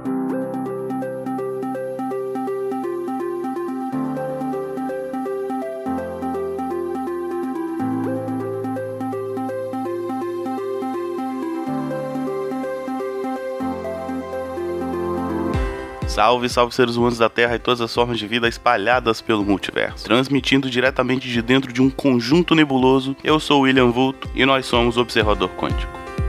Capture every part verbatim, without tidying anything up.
Salve, salve seres humanos da Terra e todas as formas de vida espalhadas pelo multiverso. Transmitindo diretamente de dentro de um conjunto nebuloso, eu sou o William Vulto e nós somos o Observador Quântico.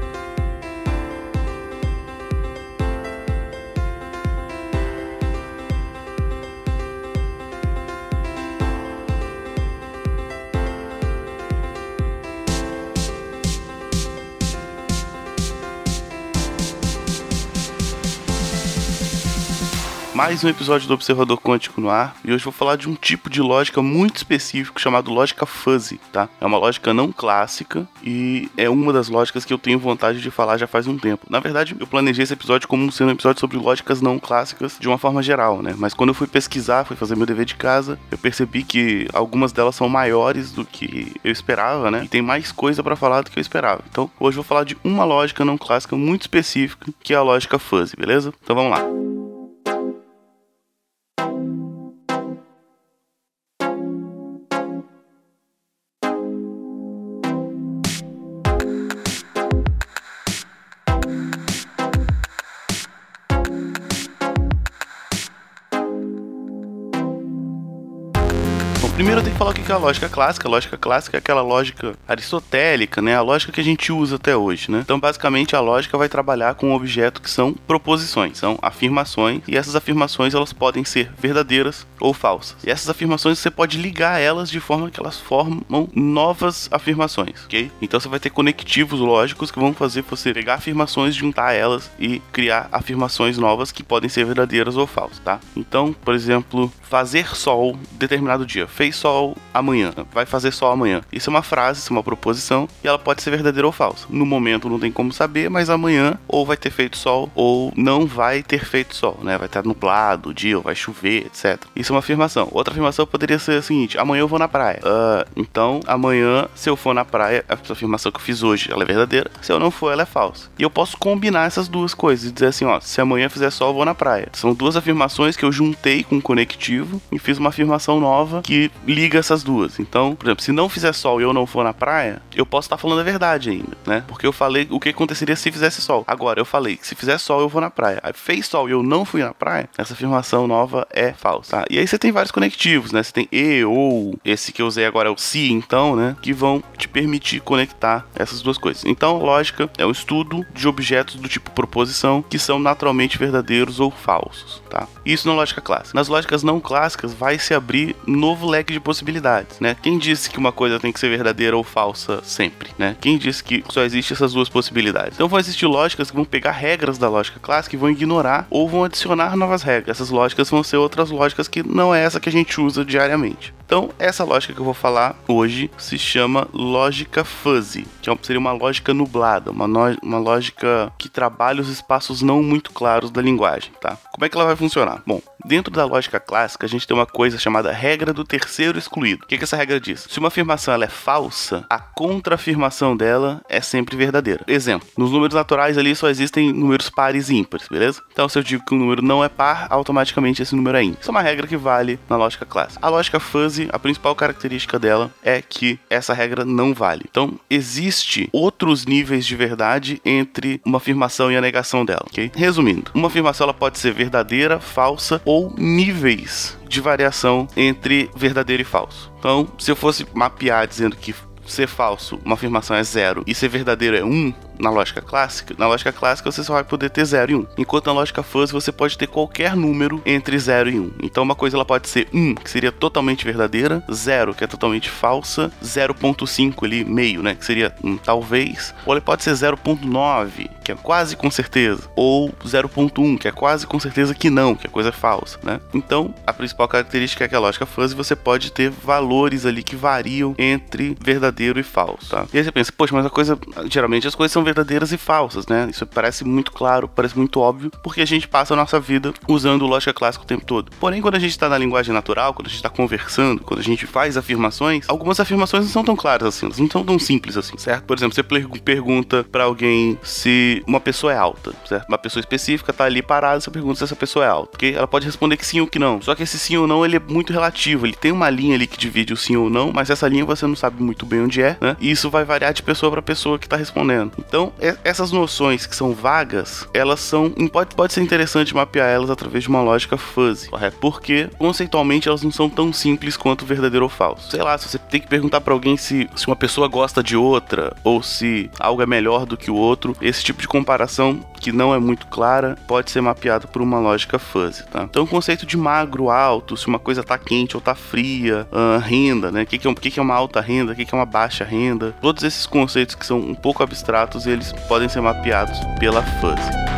Mais um episódio do Observador Quântico no ar, e hoje vou falar de um tipo de lógica muito específico chamado lógica fuzzy, tá? É uma lógica não clássica e é uma das lógicas que eu tenho vontade de falar já faz um tempo. Na verdade, eu planejei esse episódio como sendo um episódio sobre lógicas não clássicas de uma forma geral, né? Mas quando eu fui pesquisar, fui fazer meu dever de casa, eu percebi que algumas delas são maiores do que eu esperava, né? E tem mais coisa pra falar do que eu esperava. Então, hoje eu vou falar de uma lógica não clássica muito específica, que é a lógica fuzzy, beleza? Então vamos lá. Primeiro eu tenho que falar o que é a lógica clássica. A lógica clássica é aquela lógica aristotélica, né? A lógica que a gente usa até hoje, né? Então, basicamente, a lógica vai trabalhar com um objeto que são proposições, são afirmações, e essas afirmações elas podem ser verdadeiras ou falsas. E essas afirmações você pode ligar elas de forma que elas formam novas afirmações, ok? Então você vai ter conectivos lógicos que vão fazer você pegar afirmações, juntar elas e criar afirmações novas que podem ser verdadeiras ou falsas, tá? Então, por exemplo, fazer sol determinado dia. Fez sol amanhã, vai fazer sol amanhã. Isso é uma frase, isso é uma proposição, e ela pode ser verdadeira ou falsa. No momento não tem como saber, mas amanhã ou vai ter feito sol ou não vai ter feito sol, né? Vai estar nublado o dia, ou vai chover, etcétera. Isso é uma afirmação. Outra afirmação poderia ser a seguinte: amanhã eu vou na praia. Uh, então, amanhã, se eu for na praia, essa afirmação que eu fiz hoje, ela é verdadeira. Se eu não for, ela é falsa. E eu posso combinar essas duas coisas e dizer assim, ó, se amanhã fizer sol, eu vou na praia. São duas afirmações que eu juntei com um conectivo e fiz uma afirmação nova que liga essas duas. Então, por exemplo, se não fizer sol e eu não for na praia, eu posso estar falando a verdade ainda, né? Porque eu falei o que aconteceria se fizesse sol. Agora, eu falei que se fizer sol, eu vou na praia. Aí fez sol e eu não fui na praia, essa afirmação nova é falsa, tá? E aí você tem vários conectivos, né? Você tem e, ou, esse que eu usei agora é o se, então, né? Que vão te permitir conectar essas duas coisas. Então, lógica é um estudo de objetos do tipo proposição que são naturalmente verdadeiros ou falsos, tá? Isso na lógica clássica. Nas lógicas não clássicas, vai se abrir um novo leque de possibilidades, né? Quem disse que uma coisa tem que ser verdadeira ou falsa sempre, né? Quem disse que só existe essas duas possibilidades? Então vão existir lógicas que vão pegar regras da lógica clássica e vão ignorar ou vão adicionar novas regras. Essas lógicas vão ser outras lógicas que não é essa que a gente usa diariamente. Então, essa lógica que eu vou falar hoje se chama lógica fuzzy, que seria uma lógica nublada, uma, no... uma lógica que trabalha os espaços não muito claros da linguagem, tá? Como é que ela vai funcionar? Bom, dentro da lógica clássica, a gente tem uma coisa chamada regra do terceiro excluído. O que, que essa regra diz? Se uma afirmação ela é falsa, a contra-afirmação dela é sempre verdadeira. Exemplo, nos números naturais ali só existem números pares e ímpares, beleza? Então, se eu digo que um número não é par, automaticamente esse número é ímpar. Isso é uma regra que vale na lógica clássica. A lógica fuzzy, a principal característica dela é que essa regra não vale. Então, existe outros níveis de verdade entre uma afirmação e a negação dela, ok? Resumindo, uma afirmação ela pode ser verdadeira, falsa ou níveis de variação entre verdadeiro e falso. Então, se eu fosse mapear dizendo que ser falso, uma afirmação é zero, e ser verdadeiro é um, na lógica clássica, na lógica clássica você só vai poder ter zero e um. Enquanto na lógica fuzzy você pode ter qualquer número entre zero e um. Então uma coisa ela pode ser um, que seria totalmente verdadeira, zero, que é totalmente falsa, zero ponto cinco ali, meio, né, que seria um talvez, ou ele pode ser zero ponto nove, que é quase com certeza, ou zero ponto um, que é quase com certeza que não, que a coisa é falsa, né? Então, a principal característica é que a lógica fuzzy você pode ter valores ali que variam entre verdadeiro e falso, tá? E aí você pensa, poxa, mas a coisa, geralmente as coisas são verdadeiras e falsas, né? Isso parece muito claro, parece muito óbvio, porque a gente passa a nossa vida usando lógica clássica o tempo todo. Porém, quando a gente está na linguagem natural, quando a gente está conversando, quando a gente faz afirmações, algumas afirmações não são tão claras assim, elas não são tão simples assim, certo? Por exemplo, você pergunta para alguém se uma pessoa é alta, certo? Uma pessoa específica tá ali parada, você pergunta se essa pessoa é alta, porque ela pode responder que sim ou que não. Só que esse sim ou não, ele é muito relativo, ele tem uma linha ali que divide o sim ou não, mas essa linha você não sabe muito bem onde é, né? E isso vai variar de pessoa para pessoa que tá respondendo. Então, essas noções que são vagas, elas são, pode, pode ser interessante mapear elas através de uma lógica fuzzy, correto? Porque, conceitualmente, elas não são tão simples quanto verdadeiro ou falso. Sei lá, se você tem que perguntar para alguém se, se uma pessoa gosta de outra, ou se algo é melhor do que o outro, esse tipo de comparação, que não é muito clara, pode ser mapeado por uma lógica fuzzy, tá? Então, o conceito de magro, alto, se uma coisa tá quente ou tá fria, uh, renda, né? O que, que, é, que, que é uma alta renda, o que, que é uma baixa renda, todos esses conceitos que são um pouco abstratos, eles podem ser mapeados pela fuzzy.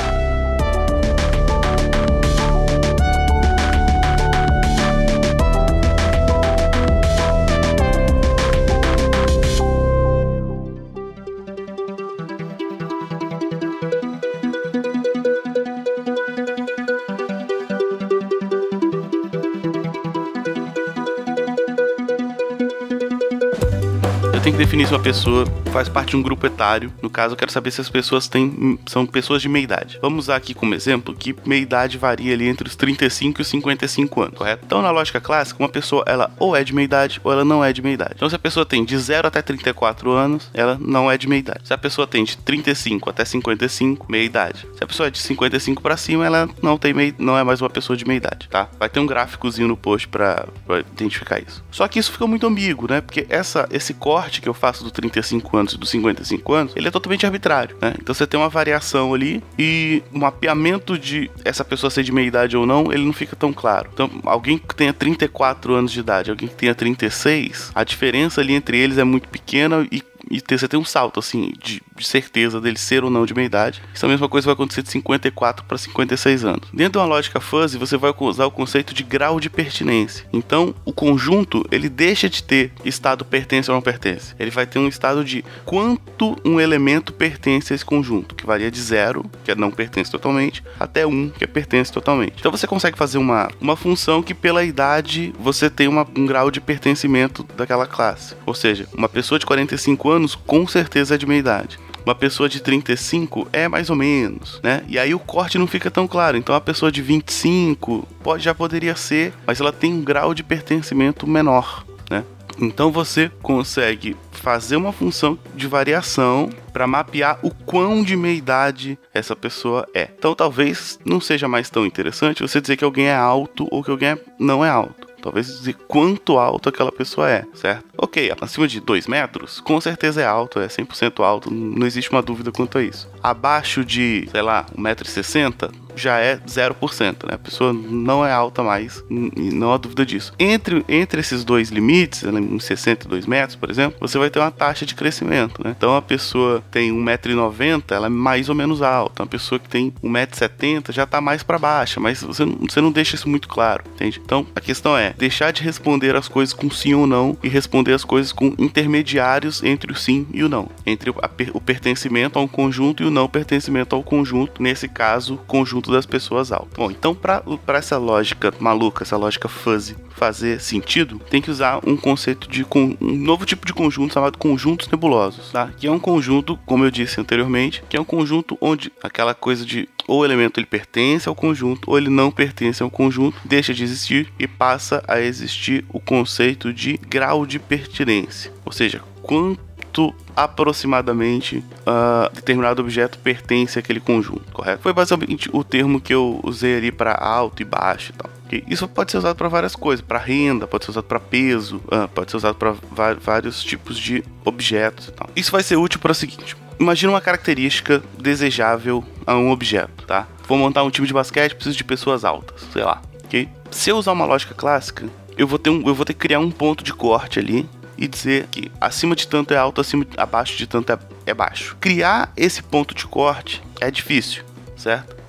Tem que definir se uma pessoa faz parte de um grupo etário. No caso, eu quero saber se as pessoas têm, são pessoas de meia idade. Vamos usar aqui como exemplo que meia idade varia ali entre os trinta e cinco e os cinquenta e cinco anos, correto? Então, na lógica clássica, uma pessoa, ela ou é de meia idade ou ela não é de meia idade. Então, se a pessoa tem de zero até trinta e quatro anos, ela não é de meia idade. Se a pessoa tem de trinta e cinco até cinquenta e cinco, meia idade. Se a pessoa é de cinquenta e cinco para cima, ela não tem meia, não é mais uma pessoa de meia idade, tá? Vai ter um gráficozinho no post para identificar isso. Só que isso fica muito ambíguo, né? Porque essa, esse corte que eu faço do trinta e cinco anos e do cinquenta e cinco anos, ele é totalmente arbitrário, né? Então você tem uma variação ali e o mapeamento de essa pessoa ser de meia idade ou não, ele não fica tão claro. Então, alguém que tenha trinta e quatro anos de idade, alguém que tenha trinta e seis, a diferença ali entre eles é muito pequena e E ter, você tem um salto, assim, de, de certeza dele ser ou não de meia idade. Isso é a mesma coisa que vai acontecer de cinquenta e quatro para cinquenta e seis anos. Dentro de uma lógica fuzzy, você vai usar o conceito de grau de pertinência. Então, o conjunto, ele deixa de ter estado pertence ou não pertence. Ele vai ter um estado de quanto um elemento pertence a esse conjunto, que varia de zero, que é não pertence totalmente, até um, que é pertence totalmente. Então, você consegue fazer uma, uma função que, pela idade, você tem uma, um grau de pertencimento daquela classe. Ou seja, uma pessoa de quarenta e cinco anos com certeza é de meia idade. Uma pessoa de trinta e cinco é mais ou menos, né? E aí o corte não fica tão claro. Então a pessoa de vinte e cinco pode, já poderia ser, mas ela tem um grau de pertencimento menor, né? Então você consegue fazer uma função de variação para mapear o quão de meia idade essa pessoa é. Então talvez não seja mais tão interessante você dizer que alguém é alto ou que alguém não é alto. Talvez dizer quanto alto aquela pessoa é, certo? Ok, acima de dois metros, com certeza é alto, é cem por cento alto, não existe uma dúvida quanto a isso. Abaixo de, sei lá, um metro e sessenta, já é zero por cento, né? A pessoa não é alta mais, não há dúvida disso. Entre, entre esses dois limites, uns sessenta e dois metros, por exemplo, você vai ter uma taxa de crescimento, né? Então a pessoa tem um metro e noventa, ela é mais ou menos alta. Uma pessoa que tem um metro e setenta já tá mais para baixa, mas você não, você não deixa isso muito claro, entende? Então a questão é deixar de responder as coisas com sim ou não e responder as coisas com intermediários entre o sim e o não. Entre o, a, o pertencimento a um conjunto e o não pertencimento ao conjunto, nesse caso, conjunto das pessoas altas. Bom, então para essa lógica maluca, essa lógica fuzzy fazer sentido, tem que usar um conceito de um novo tipo de conjunto chamado conjuntos nebulosos, tá? Que é um conjunto, como eu disse anteriormente, que é um conjunto onde aquela coisa de ou o elemento ele pertence ao conjunto ou ele não pertence ao conjunto, deixa de existir e passa a existir o conceito de grau de pertinência, ou seja, quanto aproximadamente uh, determinado objeto pertence àquele conjunto, correto? Foi basicamente o termo que eu usei ali para alto e baixo e tal. Okay? Isso pode ser usado para várias coisas, para renda, pode ser usado para peso, uh, pode ser usado para vários tipos de objetos e tal. Isso vai ser útil para o seguinte: imagina uma característica desejável a um objeto, tá? Vou montar um time de basquete, preciso de pessoas altas, sei lá, ok? Se eu usar uma lógica clássica, eu vou ter, um, eu vou ter que criar um ponto de corte ali e dizer que acima de tanto é alto, acima, abaixo de tanto é, é baixo. Criar esse ponto de corte é difícil, certo?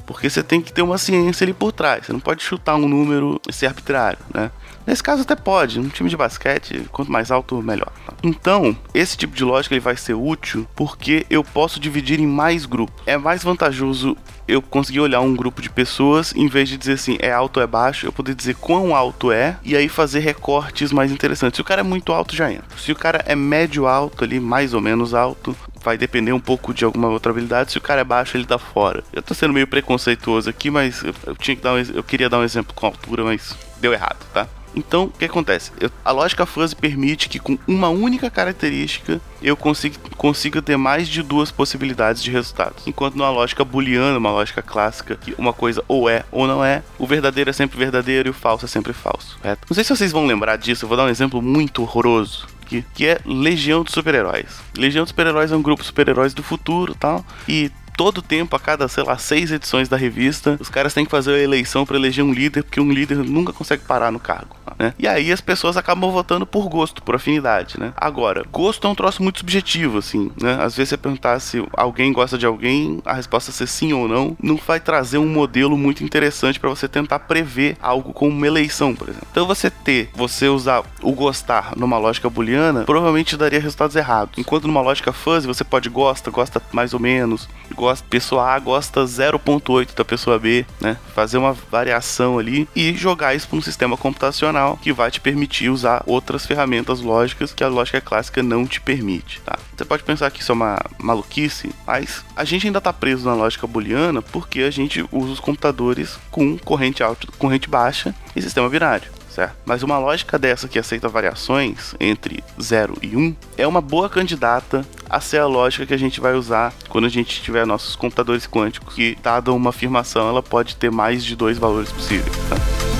Porque você tem que ter uma ciência ali por trás. Você não pode chutar um número e ser arbitrário, né? Nesse caso até pode, num time de basquete, quanto mais alto, melhor. Então, esse tipo de lógica ele vai ser útil porque eu posso dividir em mais grupos. É mais vantajoso eu conseguir olhar um grupo de pessoas, em vez de dizer assim, é alto ou é baixo, eu poder dizer quão alto é, e aí fazer recortes mais interessantes. Se o cara é muito alto, já entra. Se o cara é médio alto ali, mais ou menos alto, vai depender um pouco de alguma outra habilidade. Se o cara é baixo, ele tá fora. Eu tô sendo meio preconceituoso aqui, mas eu, eu tinha que dar um, eu queria dar um exemplo com altura, mas deu errado, tá? Então, o que acontece? Eu, a lógica fuzzy permite que com uma única característica eu consiga, consiga ter mais de duas possibilidades de resultados. Enquanto numa lógica booleana, uma lógica clássica, que uma coisa ou é ou não é, o verdadeiro é sempre verdadeiro e o falso é sempre falso, correto? Não sei se vocês vão lembrar disso, eu vou dar um exemplo muito horroroso, que, que é Legião dos Super-Heróis. Legião dos Super-Heróis é um grupo de super-heróis do futuro e tal, e todo tempo, a cada, sei lá, seis edições da revista, os caras têm que fazer a eleição para eleger um líder, porque um líder nunca consegue parar no cargo, né? E aí as pessoas acabam votando por gosto, por afinidade, né? Agora, gosto é um troço muito subjetivo, assim, né? Às vezes você perguntar se alguém gosta de alguém, a resposta ser sim ou não, não vai trazer um modelo muito interessante para você tentar prever algo como uma eleição, por exemplo. Então você ter, você usar o gostar numa lógica booleana, provavelmente daria resultados errados. Enquanto numa lógica fuzzy, você pode gosta, gosta mais ou menos, gosta, pessoa A gosta zero ponto oito da pessoa B, né? Fazer uma variação ali e jogar isso para um sistema computacional que vai te permitir usar outras ferramentas lógicas que a lógica clássica não te permite, tá? Você pode pensar que isso é uma maluquice, mas a gente ainda tá preso na lógica booleana porque a gente usa os computadores com corrente alta, corrente baixa e sistema binário. Certo? Mas uma lógica dessa que aceita variações entre zero e um é uma boa candidata a ser a lógica que a gente vai usar quando a gente tiver nossos computadores quânticos, que, dada uma afirmação, ela pode ter mais de dois valores possíveis, tá?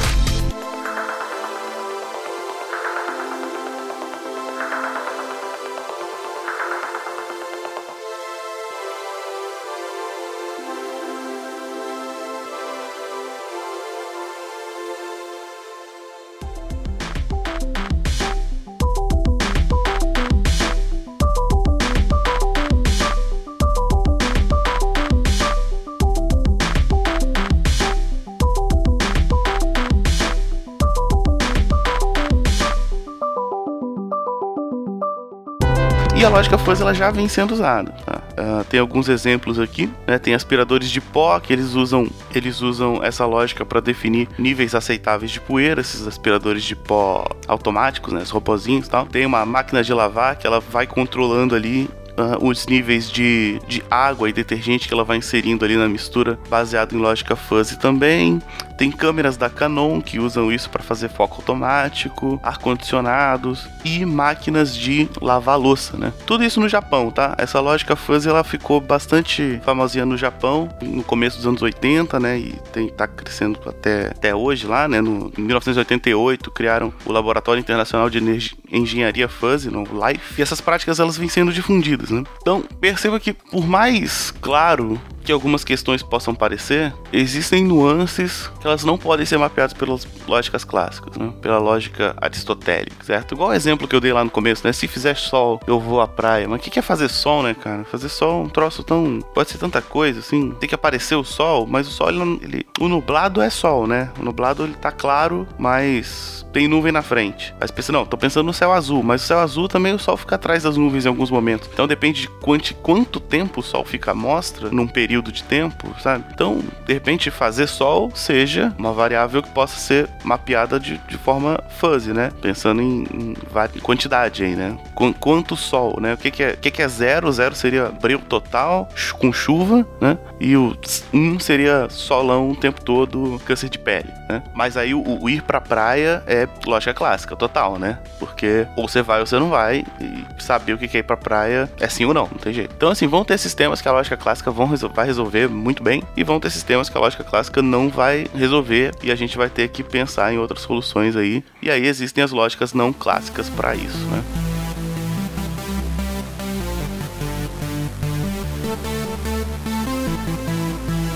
E a lógica fuzzy ela já vem sendo usada, tá? Uh, tem alguns exemplos aqui, né? Tem aspiradores de pó que eles usam, eles usam essa lógica para definir níveis aceitáveis de poeira, esses aspiradores de pó automáticos, né? Os robozinhos e tal. Tem uma máquina de lavar que ela vai controlando ali Uh, os níveis de, de água e detergente que ela vai inserindo ali na mistura, baseado em lógica fuzzy também. Tem câmeras da Canon que usam isso para fazer foco automático, ar-condicionados e máquinas de lavar louça, né? Tudo isso no Japão, tá? Essa lógica fuzzy ela ficou bastante famosinha no Japão no começo dos anos oitenta, né? E tem, tá crescendo até, até hoje lá, né? No, em mil novecentos e oitenta e oito criaram o Laboratório Internacional de Energi- Engenharia Fuzzy, no LIFE, e essas práticas elas vêm sendo difundidas, né? Então, perceba que por mais claro que algumas questões possam parecer, existem nuances que elas não podem ser mapeadas pelas lógicas clássicas, né? Pela lógica aristotélica, certo? Igual o exemplo que eu dei lá no começo, né? Se fizer sol, eu vou à praia. Mas o que, que é fazer sol, né, cara? Fazer sol é um troço tão... Pode ser tanta coisa, assim. Tem que aparecer o sol, mas o sol, ele, não... ele... O nublado é sol, né? O nublado, ele tá claro, mas tem nuvem na frente. Aí você pensa, não, tô pensando no céu azul, mas o céu azul também o sol fica atrás das nuvens em alguns momentos. Então depende de quanti... quanto tempo o sol fica à mostra num período de tempo, sabe? Então, de repente, fazer sol seja uma variável que possa ser mapeada de, de forma fuzzy, né? Pensando em, em, em quantidade aí, né? Qu- quanto sol, né? O que, que, é, o que, que é zero? Zero seria breu total, ch- com chuva, né? E o um seria solão o tempo todo, câncer de pele, né? Mas aí o, o ir pra praia é lógica clássica, total, né? Porque ou você vai ou você não vai, e saber o que, que é ir pra praia é sim ou não, não tem jeito. Então, assim, vão ter sistemas que a lógica clássica vão resolver, vai resolver muito bem, e vão ter sistemas que a lógica clássica não vai resolver, e a gente vai ter que pensar em outras soluções aí, e aí existem as lógicas não clássicas para isso, né?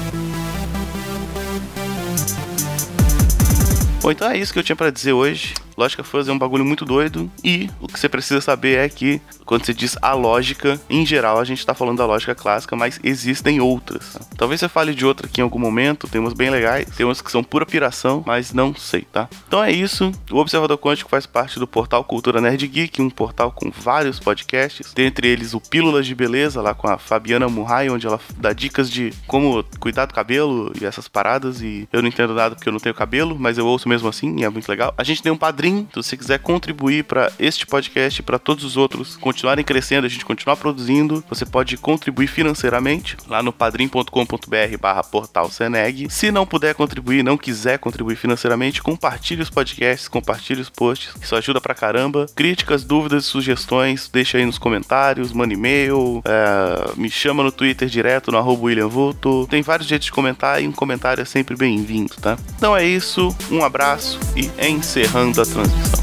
Bom, então é isso que eu tinha para dizer hoje. Lógica Fuzzy é um bagulho muito doido e o que você precisa saber é que quando você diz a lógica, em geral a gente tá falando da lógica clássica, mas existem outras. Tá? Talvez você fale de outra aqui em algum momento, tem umas bem legais, tem umas que são pura piração, mas não sei, tá? Então é isso, o Observador Quântico faz parte do portal Cultura Nerd Geek, um portal com vários podcasts, dentre eles o Pílulas de Beleza, lá com a Fabiana Murray, onde ela dá dicas de como cuidar do cabelo e essas paradas, e eu não entendo nada porque eu não tenho cabelo, mas eu ouço mesmo assim e é muito legal. A gente tem um padrinho, se você quiser contribuir para este podcast e para todos os outros continuarem crescendo, a gente continuar produzindo, você pode contribuir financeiramente lá no padrim ponto com ponto b r barra portal Seneg. Se não puder contribuir, não quiser contribuir financeiramente, compartilhe os podcasts, compartilhe os posts, isso ajuda pra caramba. Críticas, dúvidas, sugestões, deixa aí nos comentários, manda e-mail, é, me chama no Twitter direto, no arroba William Vulto. Tem vários jeitos de comentar e um comentário é sempre bem-vindo, tá? Então é isso, um abraço e encerrando a transmissão.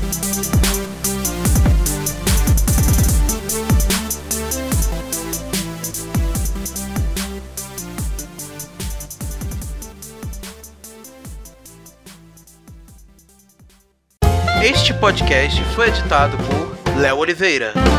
Este podcast foi editado por Léo Oliveira.